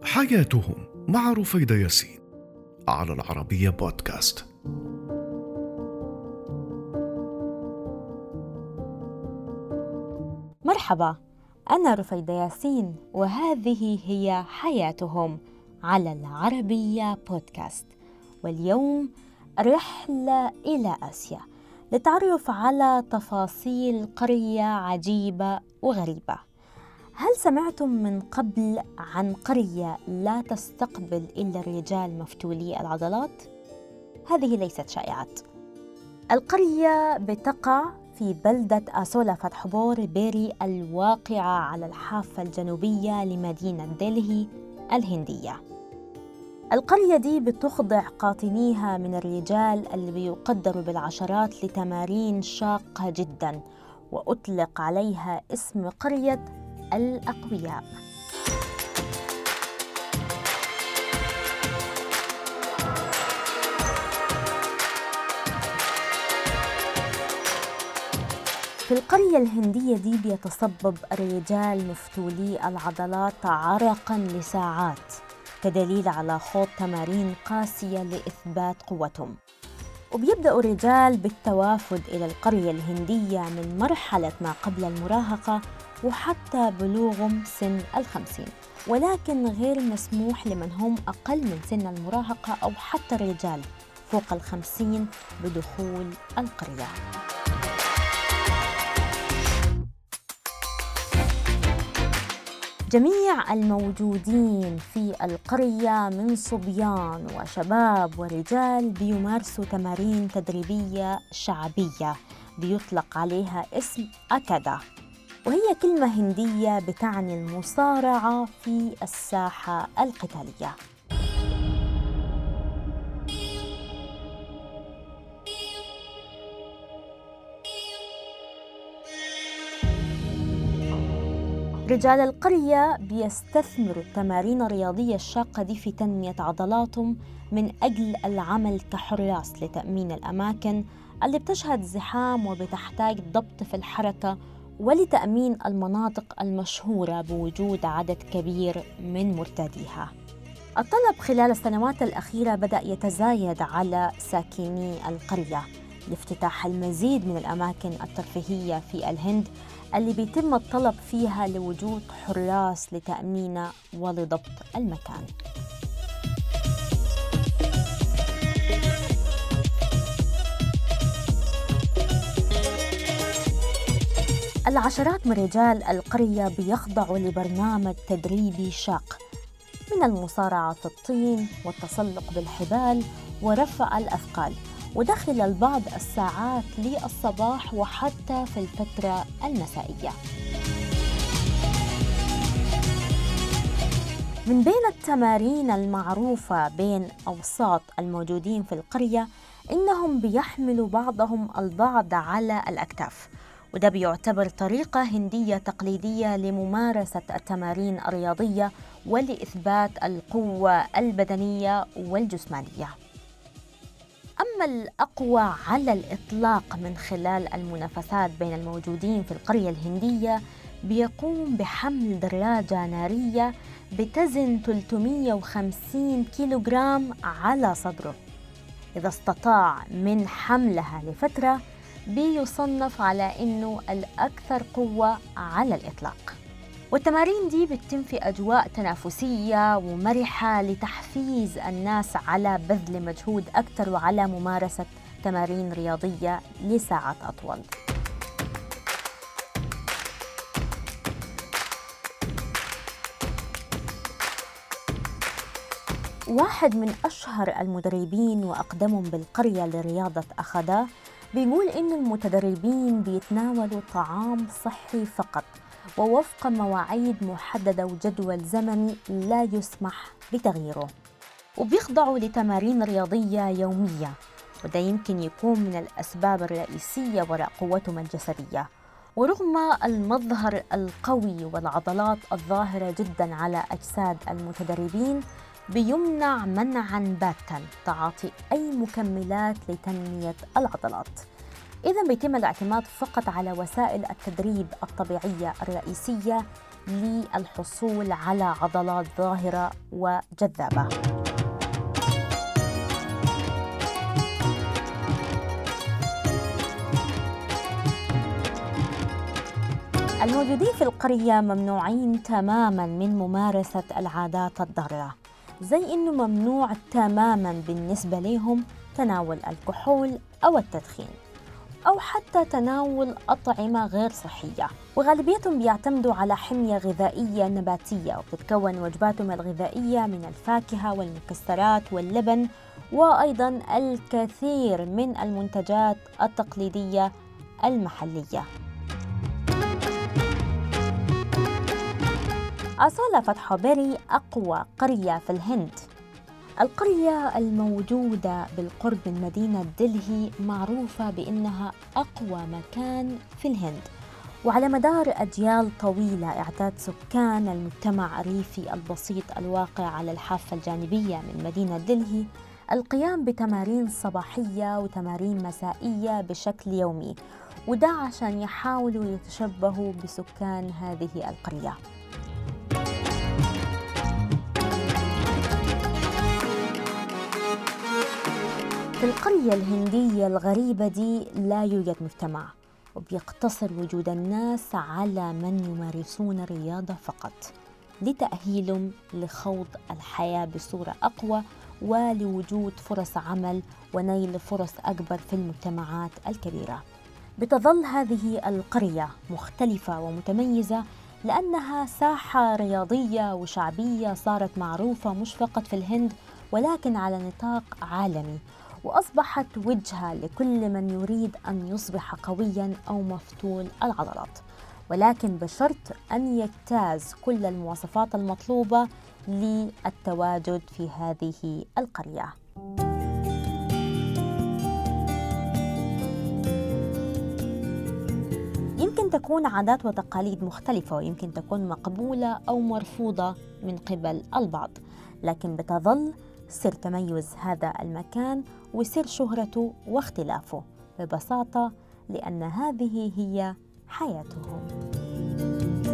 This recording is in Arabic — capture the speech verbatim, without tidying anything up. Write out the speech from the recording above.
حياتهم مع رفيدة ياسين على العربية بودكاست. مرحبا، أنا رفيدة ياسين وهذه هي حياتهم على العربية بودكاست. واليوم رحلة إلى آسيا للتعرف على تفاصيل قرية عجيبة وغريبة. هل سمعتم من قبل عن قرية لا تستقبل إلا الرجال مفتولي العضلات؟ هذه ليست شائعة. القرية بتقع في بلدة آسولا فتح بور بيري الواقعة على الحافة الجنوبية لمدينة دلهي الهندية. القرية دي بتخضع قاطنيها من الرجال اللي بيقدروا بالعشرات لتمارين شاقة جداً، وأطلق عليها اسم قرية الأقوياء. في القرية الهندية دي بيتصبب الرجال مفتولي العضلات عرقاً لساعات كدليل على خوض تمارين قاسية لإثبات قوتهم. وبيبدأ الرجال بالتوافد إلى القرية الهندية من مرحلة ما قبل المراهقة وحتى بلوغهم سن الخمسين، ولكن غير مسموح لمن هم أقل من سن المراهقة أو حتى الرجال فوق الخمسين بدخول القرية. جميع الموجودين في القرية من صبيان وشباب ورجال بيمارسوا تمارين تدريبية شعبية بيطلق عليها اسم أكادا، وهي كلمة هندية بتعني المصارعة في الساحة القتالية. رجال القرية بيستثمروا التمارين الرياضية الشاقة دي في تنمية عضلاتهم من أجل العمل كحراس لتأمين الأماكن اللي بتشهد زحام وبتحتاج ضبط في الحركة، ولتأمين المناطق المشهورة بوجود عدد كبير من مرتاديها. الطلب خلال السنوات الأخيرة بدأ يتزايد على ساكني القرية لافتتاح المزيد من الأماكن الترفيهية في الهند اللي بيتم الطلب فيها لوجود حراس لتأمين ولضبط المكان. العشرات من رجال القرية بيخضعوا لبرنامج تدريبي شاق من المصارعة في الطين والتسلق بالحبال ورفع الأثقال، ودخل البعض الساعات للصباح وحتى في الفترة المسائية. من بين التمارين المعروفة بين أوساط الموجودين في القرية إنهم بيحملوا بعضهم البعض على الأكتاف، وده بيعتبر طريقة هندية تقليدية لممارسة التمارين الرياضية ولإثبات القوة البدنية والجسمانية. أما الأقوى على الإطلاق من خلال المنافسات بين الموجودين في القرية الهندية بيقوم بحمل دراجة نارية بتزن ثلاثمئة وخمسين كيلوغرام على صدره. إذا استطاع من حملها لفترة بيصنف على إنه الأكثر قوة على الإطلاق. والتمارين دي بتتم في أجواء تنافسية ومرحة لتحفيز الناس على بذل مجهود أكثر وعلى ممارسة تمارين رياضية لساعات أطول. واحد من أشهر المدربين وأقدمهم بالقرية لرياضة أخدا بيقول إن المتدربين بيتناولوا طعام صحي فقط ووفق مواعيد محددة وجدول زمني لا يسمح بتغييره، وبيخضعوا لتمارين رياضية يومية، وده يمكن يكون من الأسباب الرئيسية وراء قوتهم الجسدية. ورغم المظهر القوي والعضلات الظاهرة جدا على أجساد المتدربين بيمنع منعاً باتا تعاطي أي مكملات لتنمية العضلات. إذا بيتم الاعتماد فقط على وسائل التدريب الطبيعية الرئيسية للحصول على عضلات ظاهرة وجذابة. الموجودين في القرية ممنوعين تماماً من ممارسة العادات الضارة، زي إنه ممنوع تماماً بالنسبة لهم تناول الكحول أو التدخين أو حتى تناول أطعمة غير صحية. وغالبيتهم بيعتمدوا على حمية غذائية نباتية، وبتتكون وجباتهم الغذائية من الفاكهة والمكسرات واللبن، وأيضاً الكثير من المنتجات التقليدية المحلية. أصالة فتحبري أقوى قرية في الهند. القرية الموجودة بالقرب من مدينة دلهي معروفة بأنها أقوى مكان في الهند، وعلى مدار أجيال طويلة اعتاد سكان المجتمع الريفي البسيط الواقع على الحافة الجانبية من مدينة دلهي القيام بتمارين صباحية وتمارين مسائية بشكل يومي، وده عشان يحاولوا يتشبهوا بسكان هذه القرية. في القرية الهندية الغريبة دي لا يوجد مجتمع، وبيقتصر وجود الناس على من يمارسون الرياضة فقط لتأهيلهم لخوض الحياة بصورة أقوى ولوجود فرص عمل ونيل فرص أكبر في المجتمعات الكبيرة. بتظل هذه القرية مختلفة ومتميزة لأنها ساحة رياضية وشعبية صارت معروفة مش فقط في الهند ولكن على نطاق عالمي، وأصبحت وجهة لكل من يريد أن يصبح قوياً أو مفتول العضلات، ولكن بشرط أن يجتاز كل المواصفات المطلوبة للتواجد في هذه القرية. يمكن تكون عادات وتقاليد مختلفة، ويمكن تكون مقبولة أو مرفوضة من قبل البعض، لكن بتظل سر تميز هذا المكان وسر شهرته واختلافه ببساطة لأن هذه هي حياتهم.